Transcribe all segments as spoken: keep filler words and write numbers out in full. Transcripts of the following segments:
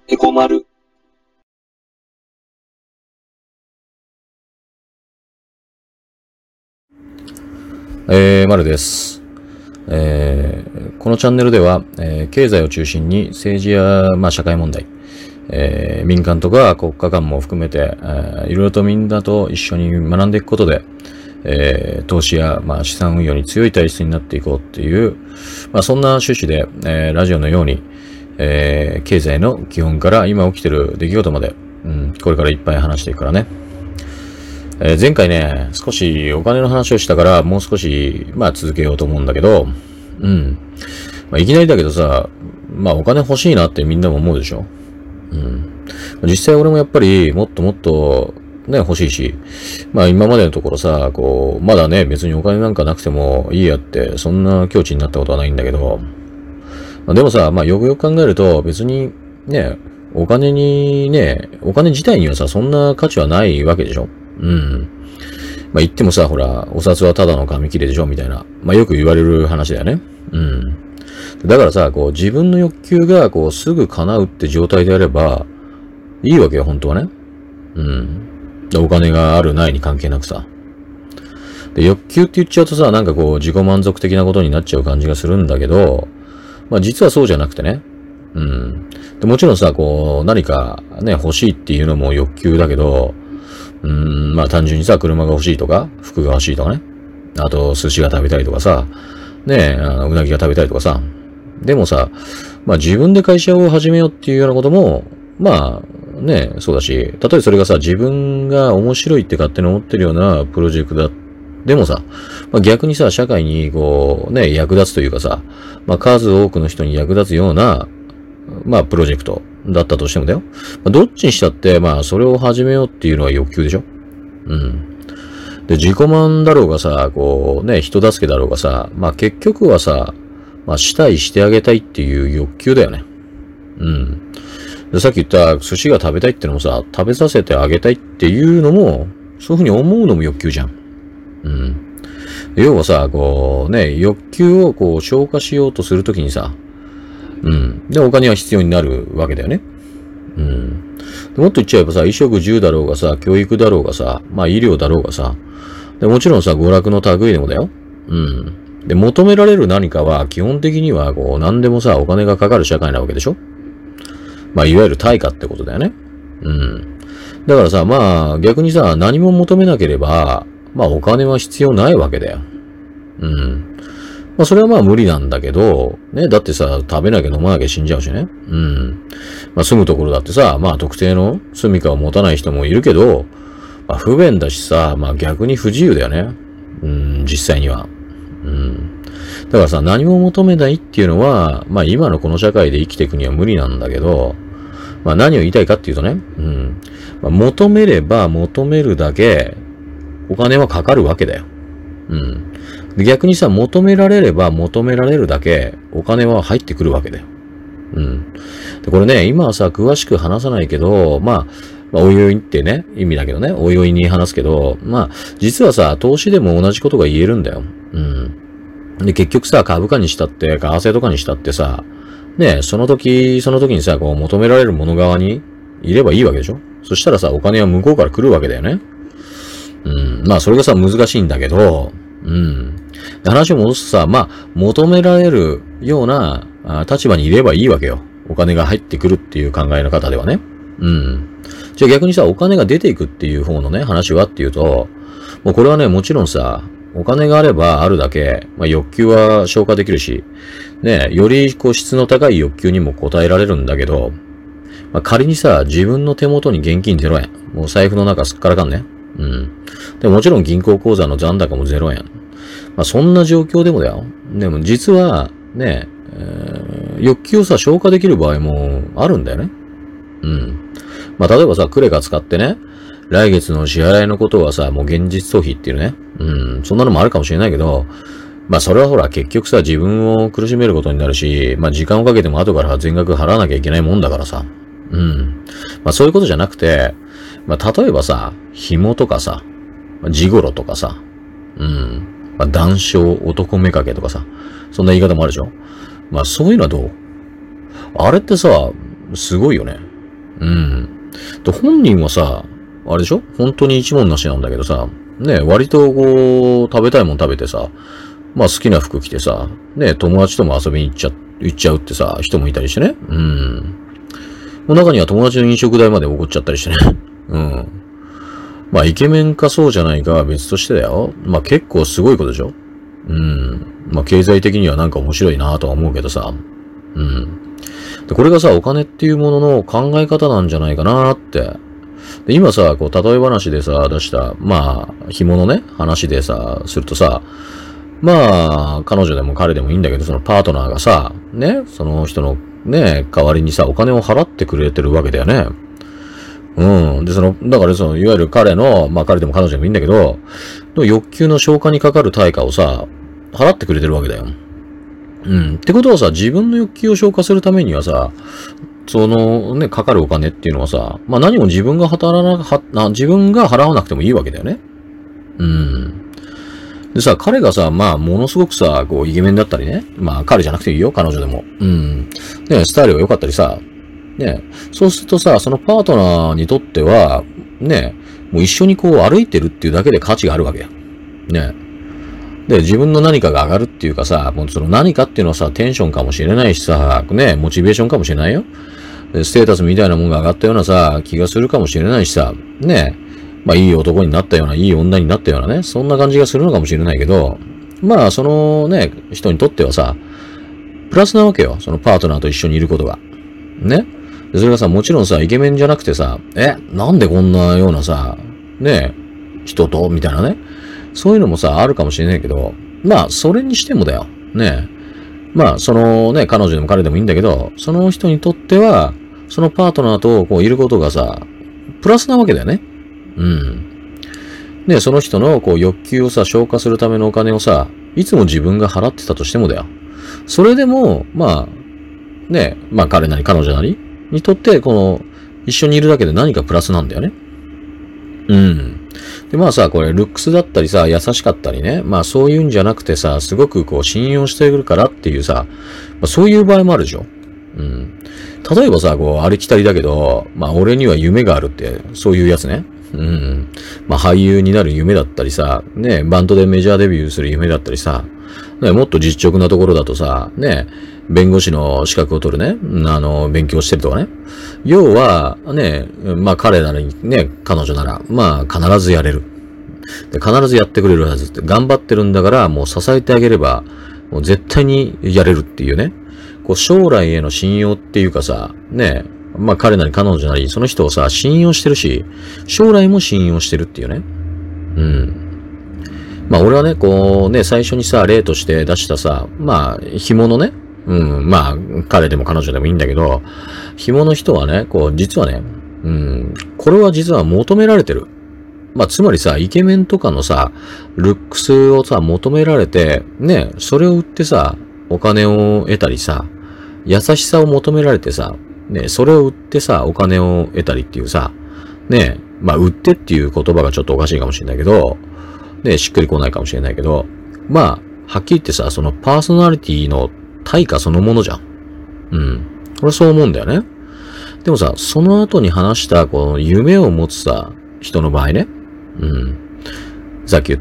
エコマル。 えー、まるです。えー、このチャンネルでは、えー、経済を中心に政治や、まあ、社会問題、えー、民間とか国家間も含めて、えー、いろいろとみんなと一緒に学んでいくことで、えー、投資や、まあ、資産運用に強い体質になっていこうっていう、まあ、そんな趣旨で、えー、ラジオのように、えー、経済の基本から今起きてる出来事まで、うん、これからいっぱい話していくからね。えー、前回ね、少しお金の話をしたから、もう少し、まあ続けようと思うんだけど、うん。まあ、いきなりだけどさ、まあお金欲しいなってみんなも思うでしょ。うん。実際俺もやっぱり、もっともっと、ね、欲しいし、まあ今までのところさ、こう、まだね、別にお金なんかなくてもいいやって、そんな境地になったことはないんだけど、まあ、でもさ、まあよくよく考えると、別に、ね、お金にね、お金自体にはさ、そんな価値はないわけでしょ。うん。まあ言ってもさ、ほら、お札はただの紙切れでしょみたいな。まあよく言われる話だよね。うん。だからさ、こう自分の欲求がこうすぐ叶うって状態であれば、いいわけよ、本当はね。うん。お金があるないに関係なくさ。で、欲求って言っちゃうとさ、なんかこう自己満足的なことになっちゃう感じがするんだけど、まあ実はそうじゃなくてね。うん。でもちろんさ、こう何かね、欲しいっていうのも欲求だけど、うーん、まあ単純にさ、車が欲しいとか、服が欲しいとかね。あと、寿司が食べたいとかさ、ねえ、あのうなぎが食べたいとかさ。でもさ、まあ自分で会社を始めようっていうようなことも、まあね、そうだし、たとえそれがさ、自分が面白いって勝手に思ってるようなプロジェクトだ。でもさ、まあ逆にさ、社会にこう、ね、役立つというかさ、まあ数多くの人に役立つような、まあプロジェクトだったとしてもだよ。まあ、どっちにしたって、まあそれを始めようっていうのは欲求でしょ。うん。で、自己満だろうがさ、こうね、人助けだろうがさ、まあ結局はさ、まあしたいしてあげたいっていう欲求だよね。うん。で、さっき言った寿司が食べたいってのもさ、食べさせてあげたいっていうのも、そういうふうに思うのも欲求じゃん。うん。要はさ、こうね、欲求をこう消化しようとするときにさ、うん。で、お金は必要になるわけだよね。うん。でもっと言っちゃえばさ、衣食住だろうがさ、教育だろうがさ、まあ医療だろうがさ、でもちろんさ、娯楽の類でもだよ。うん。で、求められる何かは、基本的には、こう、何でもさ、お金がかかる社会なわけでしょ。まあ、いわゆる対価ってことだよね。うん。だからさ、まあ、逆にさ、何も求めなければ、まあ、お金は必要ないわけだよ。うん。まあそれはまあ無理なんだけど、ね、だってさ、食べなきゃ飲まなきゃ死んじゃうしね。うん。まあ住むところだってさ、まあ特定の住処を持たない人もいるけど、まあ不便だしさ、まあ逆に不自由だよね。うん、実際には。うん。だからさ、何も求めないっていうのは、まあ今のこの社会で生きていくには無理なんだけど、まあ何を言いたいかっていうとね、うん。まあ、求めれば求めるだけ、お金はかかるわけだよ。うん。で逆にさ、求められれば求められるだけお金は入ってくるわけだよ。うん。で、これね、今はさ、詳しく話さないけど、まあ、まあ、おいおいってね、意味だけどね、おいおいに話すけど、まあ、実はさ、投資でも同じことが言えるんだよ。うん。で、結局さ、株価にしたって、為替とかにしたってさ、ね、その時、その時にさ、こう、求められるもの側にいればいいわけでしょ。そしたらさ、お金は向こうから来るわけだよね。うん。まあ、それがさ、難しいんだけど、うん。話を戻すとさ、まあ、求められるような立場にいればいいわけよ。お金が入ってくるっていう考えの方ではね。うん。じゃあ逆にさ、お金が出ていくっていう方のね、話はっていうと、もうこれはね、もちろんさ、お金があればあるだけ、まあ欲求は消化できるし、ね、よりこう質の高い欲求にも応えられるんだけど、まあ仮にさ、自分の手元に現金ゼロえん。もう財布の中すっからかんね。うん。でももちろん銀行口座の残高もゼロえん。まあそんな状況でもだよ。でも実は、ね、えー、欲求をさ、消化できる場合もあるんだよね。うん。まあ例えばさ、クレカ使ってね、来月の支払いのことはさ、もう現実逃避っていうね。うん。そんなのもあるかもしれないけど、まあそれはほら結局さ、自分を苦しめることになるし、まあ時間をかけても後から全額払わなきゃいけないもんだからさ。うん。まあそういうことじゃなくて、まあ例えばさ、紐とかさ、ジゴロとかさ、うん。まあ談笑、男目かけとかさ、そんな言い方もあるでしょ。まあそういうのはどう？あれってさ、すごいよね。 うん。で、本人はさ、あれでしょ本当に一文なしなんだけどさ、ね、割とこう、食べたいもん食べてさ、まあ好きな服着てさ、ね、友達とも遊びに行っちゃ、行っちゃうってさ、人もいたりしてね。うん。中には友達の飲食代までおごっちゃったりしてね。うん。まあイケメンかそうじゃないかは別としてだよ。まあ結構すごいことでしょ。うん。まあ経済的にはなんか面白いなとは思うけどさ。うん。で、これがさ、お金っていうものの考え方なんじゃないかなって。で、今さ、こう、例え話でさ、出した、まあ、紐のね、話でさ、するとさ、まあ、彼女でも彼でもいいんだけど、そのパートナーがさ、ね、その人のね、代わりにさ、お金を払ってくれてるわけだよね。うん。で、その、だからその、いわゆる彼の、まあ彼でも彼女でもいいんだけど、欲求の消化にかかる対価をさ、払ってくれてるわけだよ。うん。ってことはさ、自分の欲求を消化するためにはさ、そのね、かかるお金っていうのはさ、まあ何も自分が働らな、は、自分が払わなくてもいいわけだよね。うん。でさ、彼がさ、まあ、ものすごくさ、こう、イケメンだったりね。まあ、彼じゃなくていいよ、彼女でも。うん。ね、スタイルが良かったりさ。ね、そうするとさ、そのパートナーにとっては、ね、もう一緒にこう歩いてるっていうだけで価値があるわけや。ね。で、自分の何かが上がるっていうかさ、もうその何かっていうのはさ、テンションかもしれないしさ、ね、モチベーションかもしれないよ。でステータスみたいなもんが上がったようなさ、気がするかもしれないしさ、ね。まあいい男になったような、いい女になったようなね、そんな感じがするのかもしれないけど、まあそのね、人にとってはさ、プラスなわけよ。そのパートナーと一緒にいることが。ね。でそれがさ、もちろんさ、イケメンじゃなくてさ、え、なんでこんなようなさ、ね、人とみたいなね。そういうのもさ、あるかもしれないけど、まあそれにしてもだよ。ね。まあそのね、彼女でも彼でもいいんだけど、その人にとっては、そのパートナーとこういることがさ、プラスなわけだよね。うん。で、その人のこう欲求をさ、消化するためのお金をさ、いつも自分が払ってたとしてもだよ。それでも、まあ、ね、まあ彼なり彼女なりにとって、この、一緒にいるだけで何かプラスなんだよね。うん。で、まあさ、これ、ルックスだったりさ、優しかったりね。まあそういうんじゃなくてさ、すごくこう、信用してくるからっていうさ、まあ、そういう場合もあるでしょ。うん。例えばさ、こう、ありきたりだけど、まあ俺には夢があるって、そういうやつね。うん。まあ俳優になる夢だったりさ、ね、バンドでメジャーデビューする夢だったりさ、ね、もっと実直なところだとさ、ね、弁護士の資格を取るね、あの、勉強してるとかね。要は、ね、まあ彼ならにね、彼女なら、まあ必ずやれる。で、必ずやってくれるはずって、頑張ってるんだから、もう支えてあげれば、もう絶対にやれるっていうね。こう将来への信用っていうかさ、ね、まあ彼なり彼女なり、その人をさ、信用してるし、将来も信用してるっていうね。うん。まあ俺はね、こうね、最初にさ、例として出したさ、まあ、紐のね、うん、まあ、彼でも彼女でもいいんだけど、紐の人はね、こう、実はね、うん、これは実は求められてる。まあ、つまりさ、イケメンとかのさ、ルックスをさ、求められて、ね、それを売ってさ、お金を得たりさ、優しさを求められてさ、ね、それを売ってさ、お金を得たりっていうさ、ね、まあ、売ってっていう言葉がちょっとおかしいかもしれないけど、ね、しっくりこないかもしれないけど、まあ、はっきり言ってさ、そのパーソナリティの対価そのものじゃん。うん。俺そう思うんだよね。でもさ、その後に話した、この夢を持つさ、人の場合ね。うん。さっき言った、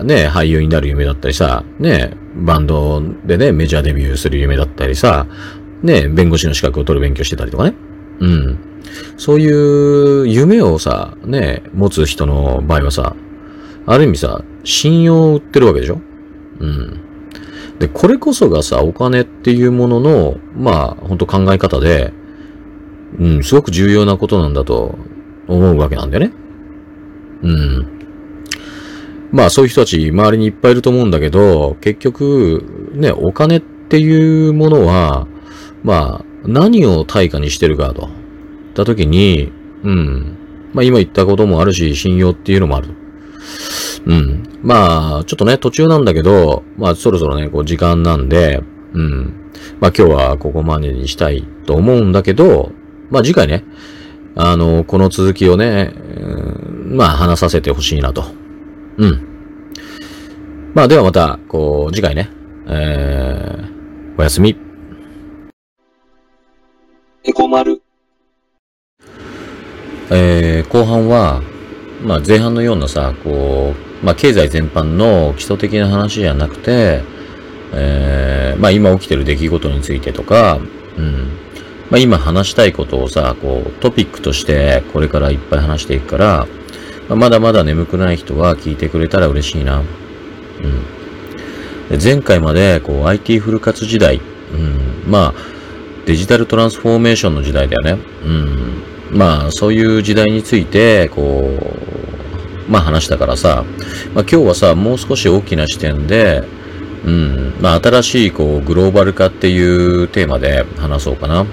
ね、俳優になる夢だったりさ、ね、バンドでね、メジャーデビューする夢だったりさ、ね、弁護士の資格を取る勉強してたりとかね。うん。そういう夢をさ、ね、持つ人の場合はさ、ある意味さ、信用を売ってるわけでしょ？うん。で、これこそがさ、お金っていうものの、まあ、ほんと考え方で、うん、すごく重要なことなんだと思うわけなんだよね。うん。まあ、そういう人たち、周りにいっぱいいると思うんだけど、結局、ね、お金っていうものは、まあ、何を対価にしてるかと。った時に、うん。まあ、今言ったこともあるし、信用っていうのもある。うん。まあ、ちょっとね、途中なんだけど、まあ、そろそろね、こう、時間なんで、うん。まあ、今日はここまでにしたいと思うんだけど、まあ、次回ね、あの、この続きをね、うん、まあ、話させてほしいなと。うん。まあ、ではまた、こう、次回ね、えー、おやすみ。 エコマルえー、後半は、まあ前半のようなさ、こう、まあ経済全般の基礎的な話じゃなくて、えー、まあ今起きてる出来事についてとか、うん。まあ今話したいことをさ、こう、トピックとしてこれからいっぱい話していくから、まあ、まだまだ眠くない人は聞いてくれたら嬉しいな。うん。で前回まで、こう、アイティー フル活時代、うん。まあ、デジタルトランスフォーメーションの時代だよね。うん。まあ、そういう時代について、こう、まあ話したからさ、まあ今日はさ、もう少し大きな視点で、うん、まあ新しい、こう、グローバル化っていうテーマで話そうかな。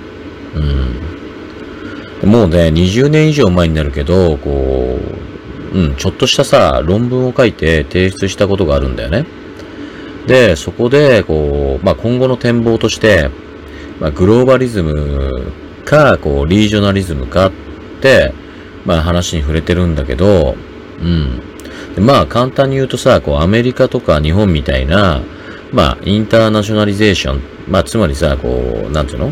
うん。もうね、にじゅうねん以上前になるけど、こう、うん、ちょっとしたさ、論文を書いて提出したことがあるんだよね。で、そこで、こう、まあ今後の展望として、まあグローバリズムか、こう、リージョナリズムかって、まあ話に触れてるんだけど、うん。でまあ簡単に言うとさ、こうアメリカとか日本みたいな、まあインターナショナリゼーション、まあつまりさ、こう、なんていうの、うん、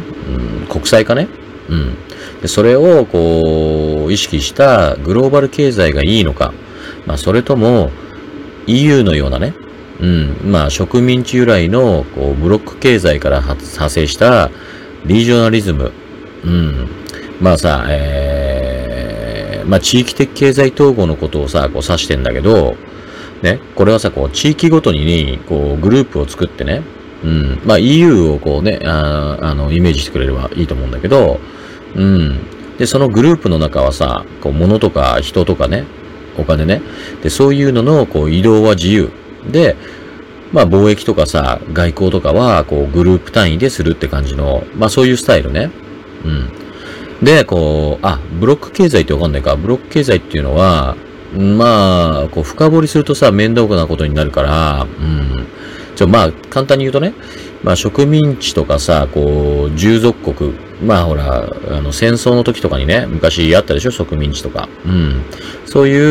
国際化ね。うん。で、それをこう、意識したグローバル経済がいいのか、まあそれとも イーユー のようなね、うん、まあ植民地由来のこうブロック経済から派生したリージョナリズム、うん。まあさ、えー、まあ地域的経済統合のことをさ、こう指してんだけど、ね、これはさ、こう地域ごとに、こうグループを作ってね、うん、まあ イーユー をこうね、あ, あの、イメージしてくれればいいと思うんだけど、うん。で、そのグループの中はさ、こう物とか人とかね、お金ね、で、そういうののこう移動は自由。で、まあ貿易とかさ、外交とかは、こうグループ単位でするって感じの、まあそういうスタイルね。うん。で、こう、あ、ブロック経済ってわかんないか。ブロック経済っていうのは、まあ、こう深掘りするとさ、面倒なことになるから、うん。ちょ、まあ、簡単に言うとね、まあ植民地とかさ、こう、従属国、まあほら、あの、戦争の時とかにね、昔あったでしょ、植民地とか。うん。そういう、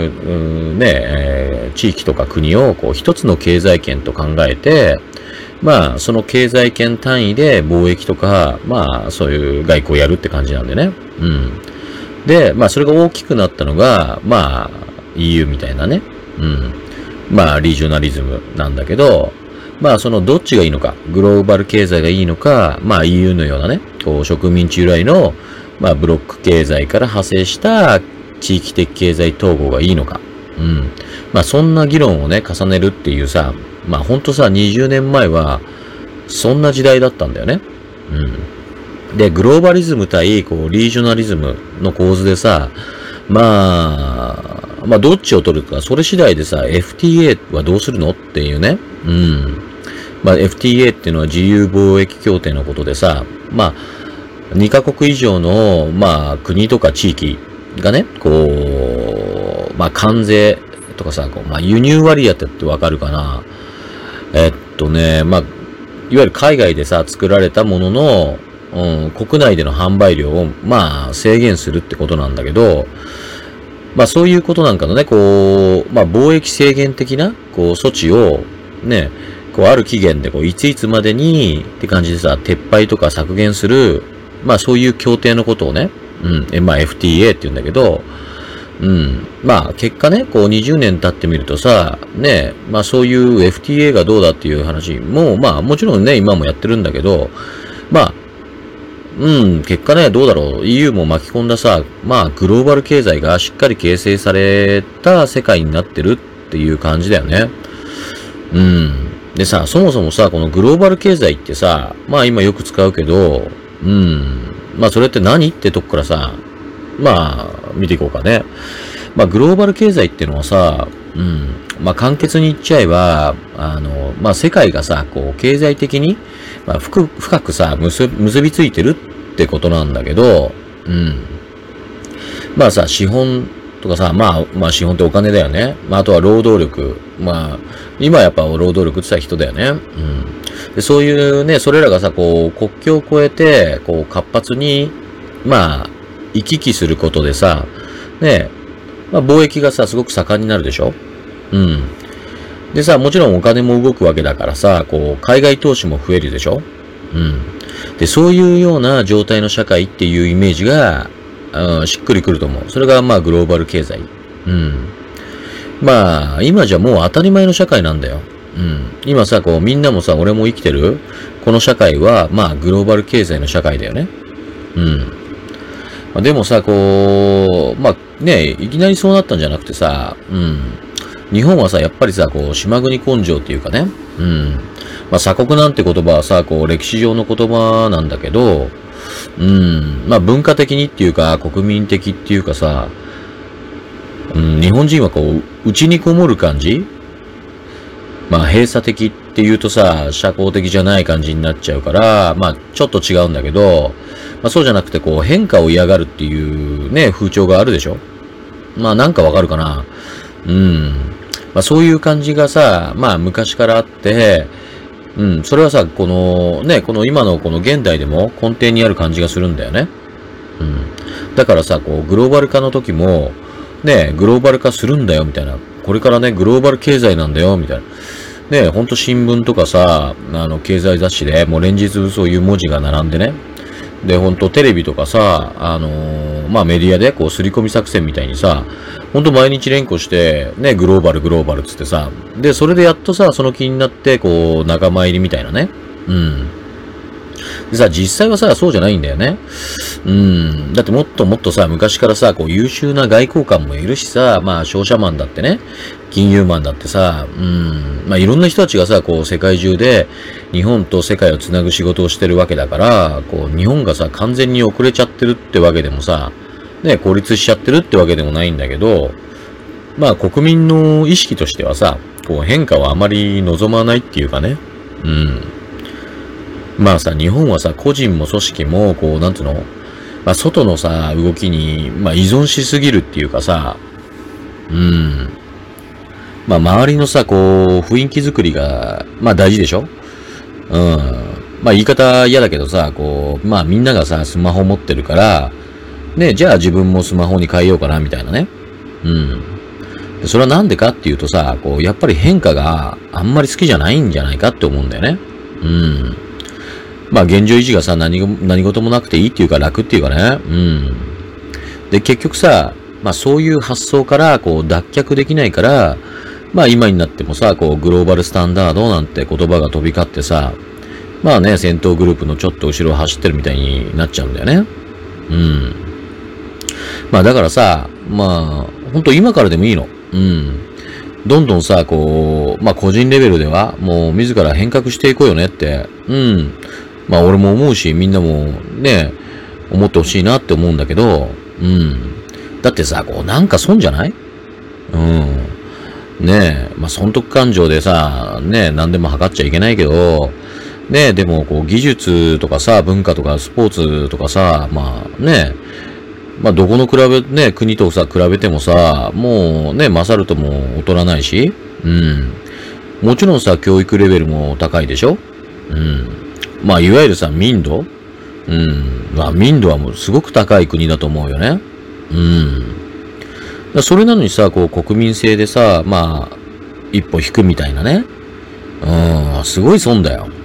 う、うね、えー、地域とか国を、こう、一つの経済圏と考えて、まあ、その経済圏単位で貿易とか、まあ、そういう外交をやるって感じなんでね。うん。で、まあ、それが大きくなったのが、まあ、イーユー みたいなね。うん。まあ、リージョナリズムなんだけど、まあ、そのどっちがいいのか、グローバル経済がいいのか、まあ、イーユー のようなね、こう、植民地由来の、まあ、ブロック経済から派生した地域的経済統合がいいのか。うん。まあ、そんな議論をね、重ねるっていうさ、まあほんとさ、にじゅうねんまえは、そんな時代だったんだよね。うん。で、グローバリズム対、こう、リージョナリズムの構図でさ、まあ、まあどっちを取るか、それ次第でさ、エフティーエー はどうするのっていうね。うん。まあ エフティーエー っていうのは自由貿易協定のことでさ、まあ、にカ国以上の、まあ国とか地域がね、こう、まあ関税とかさ、こうまあ輸入割当ってわかるかな。えっとね、まあ、いわゆる海外でさ、作られたものの、うん、国内での販売量を、まあ、制限するってことなんだけど、まあ、そういうことなんかのね、こう、まあ、貿易制限的な、こう、措置を、ね、こう、ある期限で、こう、いついつまでに、って感じでさ、撤廃とか削減する、まあ、そういう協定のことをね、うん、えまあ、エフティーエー って言うんだけど、うん。まあ、結果ね、こうにじゅうねん経ってみるとさ、ね、まあそういう エフティーエー がどうだっていう話も、まあもちろんね、今もやってるんだけど、まあ、うん、結果ね、どうだろう。イーユー も巻き込んださ、まあグローバル経済がしっかり形成された世界になってるっていう感じだよね。うん。でさ、そもそもさ、このグローバル経済ってさ、まあ今よく使うけど、うん。まあそれって何ってとこからさ、まあ、見ていこうかね。まあ、グローバル経済っていうのはさ、うん。まあ、簡潔に言っちゃえば、あの、まあ、世界がさ、こう、経済的に、まあ、深く、深くさ、結、結びついてるってことなんだけど、うん。まあさ、資本とかさ、まあ、まあ、資本ってお金だよね。まあ、あとは労働力。まあ、今やっぱ労働力って言ったら人だよね。うん。で、そういうね、それらがさ、こう、国境を越えて、こう、活発に、まあ、行き来することでさ、ね、まあ貿易がさ、すごく盛んになるでしょ？うん。でさ、もちろんお金も動くわけだからさ、こう、海外投資も増えるでしょ？うん。で、そういうような状態の社会っていうイメージが、 うん、しっくりくると思う。それがまあグローバル経済。うん。まあ、今じゃもう当たり前の社会なんだよ。うん。今さ、こう、みんなもさ、俺も生きてる、この社会は、まあ、グローバル経済の社会だよね。うん。でもさ、こう、まあ、ね、いきなりそうなったんじゃなくてさ、うん。日本はさ、やっぱりさ、こう、島国根性っていうかね、うん。まあ、鎖国なんて言葉はさ、こう、歴史上の言葉なんだけど、うん。まあ、文化的にっていうか、国民的っていうかさ、うん、日本人はこう、内にこもる感じ？まあ、閉鎖的って言うとさ、社交的じゃない感じになっちゃうから、まあ、ちょっと違うんだけど、まあ、そうじゃなくてこう、変化を嫌がるっていうね、風潮があるでしょ？まあ、なんかわかるかな？うん。まあ、そういう感じがさ、まあ、昔からあって、うん、それはさ、この、ね、この今のこの現代でも根底にある感じがするんだよね。うん。だからさ、こう、グローバル化の時も、ね、グローバル化するんだよ、みたいな。これからね、グローバル経済なんだよ、みたいな。ね、ほんと新聞とかさ、あの、経済雑誌でもう連日そういう文字が並んでね。で、ほんとテレビとかさ、あのー、まあ、メディアでこう、刷り込み作戦みたいにさ、ほんと毎日連呼して、ね、グローバル、グローバルつってさ、で、それでやっとさ、その気になって、こう、仲間入りみたいなね。うん。でさ、実際はさ、そうじゃないんだよね。うん。だってもっともっとさ、昔からさ、こう優秀な外交官もいるしさ、まあ商社マンだってね、金融マンだってさ、うん。まあいろんな人たちがさ、こう世界中で日本と世界をつなぐ仕事をしてるわけだから、こう日本がさ、完全に遅れちゃってるってわけでもさ、ね、孤立しちゃってるってわけでもないんだけど、まあ国民の意識としてはさ、こう変化はあまり望まないっていうかね。うん。まあさ、日本はさ、個人も組織も、こう、なんつうの、まあ外のさ、動きに、まあ依存しすぎるっていうかさ、うん。まあ周りのさ、こう、雰囲気作りが、まあ大事でしょ？うん。まあ言い方嫌だけどさ、こう、まあみんながさ、スマホ持ってるから、ね、じゃあ自分もスマホに変えようかな、みたいなね。うん。それはなんでかっていうとさ、こう、やっぱり変化があんまり好きじゃないんじゃないかって思うんだよね。うん。まあ現状維持がさ、何ご、何事もなくていいっていうか楽っていうかね。うん。で、結局さ、まあそういう発想からこう脱却できないから、まあ今になってもさ、こうグローバルスタンダードなんて言葉が飛び交ってさ、まあね、戦闘グループのちょっと後ろを走ってるみたいになっちゃうんだよね。うん。まあだからさ、まあ、ほんと今からでもいいの。うん。どんどんさ、こう、まあ個人レベルではもう自ら変革していこうよねって。うん。まあ俺も思うし、みんなもね、思ってほしいなって思うんだけど、うん。だってさ、こうなんか損じゃない？うん。ねえ、まあ損得感情でさ、ねえ、何でも測っちゃいけないけど、ねえ、でもこう技術とかさ、文化とかスポーツとかさ、まあねえ、まあどこの比べ、ね、国とさ、比べてもさ、もうね、勝るとも劣らないし、うん。もちろんさ、教育レベルも高いでしょ？うん。まあ、いわゆるさ、民度？うん。まあ、民度はもうすごく高い国だと思うよね。うん。だそれなのにさ、こう、国民性でさ、まあ、一歩引くみたいなね。うん、すごい損だよ。うん。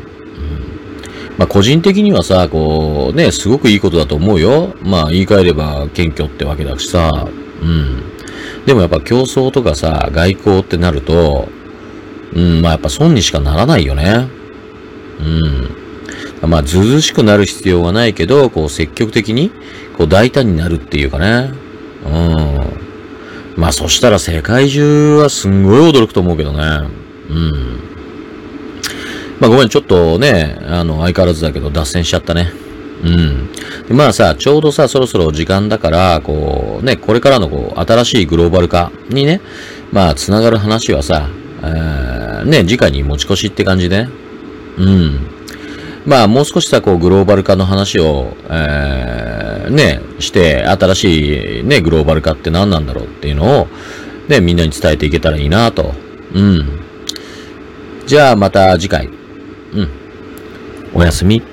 まあ、個人的にはさ、こう、ね、すごくいいことだと思うよ。まあ、言い換えれば謙虚ってわけだしさ。うん。でもやっぱ競争とかさ、外交ってなると、うん、まあやっぱ損にしかならないよね。うん。まあ、ずうずうしくなる必要はないけど、こう、積極的に、こう、大胆になるっていうかね。うん。まあ、そしたら世界中はすんごい驚くと思うけどね。うん。まあ、ごめん、ちょっとね、あの、相変わらずだけど、脱線しちゃったね。うん。でまあさ、ちょうどさ、そろそろ時間だから、こう、ね、これからのこう、新しいグローバル化にね、まあ、つながる話はさ、えー、ね、次回に持ち越しって感じで、うん。まあ、もう少しさ、こう、グローバル化の話を、えー、ね、して、新しいね、グローバル化って何なんだろうっていうのを、ね、みんなに伝えていけたらいいなと。うん。じゃあ、また次回。うん。おやすみ。